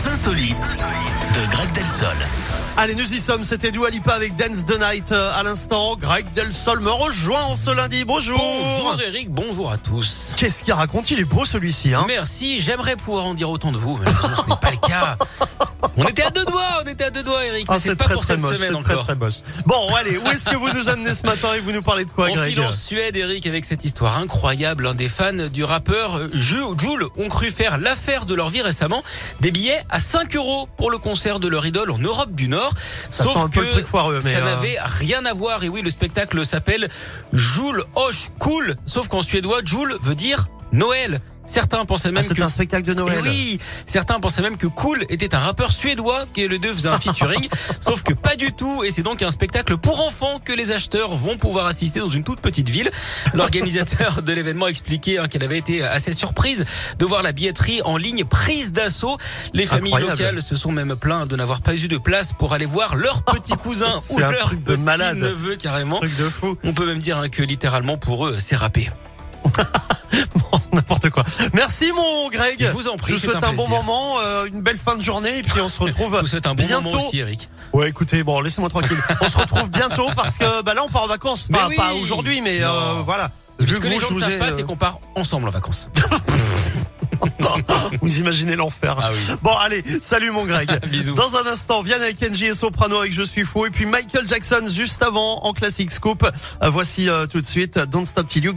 insolites de Greg Delsol. Allez, nous y sommes, c'était Dua Lipa avec Dance the Night à l'instant. Greg Delsol me rejoint en ce lundi, bonjour. Bonjour Eric, bonjour à tous. Qu'est-ce qu'il raconte? Il est beau celui-ci, hein. Merci, j'aimerais pouvoir en dire autant de vous, mais malheureusement ce n'est pas le cas. On était à deux doigts Eric, mais c'est pas pour cette semaine c'est encore. très moche. Bon, allez, où est-ce que vous nous amenez ce matin et vous nous parlez de quoi, On Greg? file en Suède, Eric, avec cette histoire incroyable. Des fans du rappeur Jul ont cru faire l'affaire de leur vie récemment. Des billets à 5 € pour le concert de leur idole en Europe du Nord. Ça sent un peu le truc foireux, mais ça n'avait rien à voir. Et oui, le spectacle s'appelle Jul Hosh Cool. Sauf qu'en suédois, Jul veut dire Noël. Certains pensaient même c'est un spectacle de Noël. Et oui, certains pensaient même que Cool était un rappeur suédois qui le deux faisait un featuring. Sauf que pas du tout. Et c'est donc un spectacle pour enfants que les acheteurs vont pouvoir assister dans une toute petite ville. L'organisateur de l'événement expliquait qu'elle avait été assez surprise de voir la billetterie en ligne prise d'assaut. Les familles locales se sont même plaintes de n'avoir pas eu de place pour aller voir leur petit cousin ou leur petit neveu carrément. Truc de fou. On peut même dire que littéralement pour eux, c'est râpé. Bon, n'importe quoi. Merci mon Greg. Je vous en prie. Je vous souhaite un bon moment, une belle fin de journée et puis on se retrouve. Je vous souhaite un bon bientôt. moment aussi, Eric. Ouais, écoutez, bon, laissez-moi tranquille. On se retrouve bientôt parce que là on part en vacances. Pas aujourd'hui, mais voilà. Ce que les gens ne savent pas, c'est qu'on part ensemble en vacances. Vous imaginez l'enfer. Ah oui. Bon, allez, salut mon Greg. Bisous. Dans un instant, Vianney avec Kenji et Soprano avec Je suis fou. Et puis Michael Jackson juste avant en Classic Scoop. Voici tout de suite Don't Stop Till You.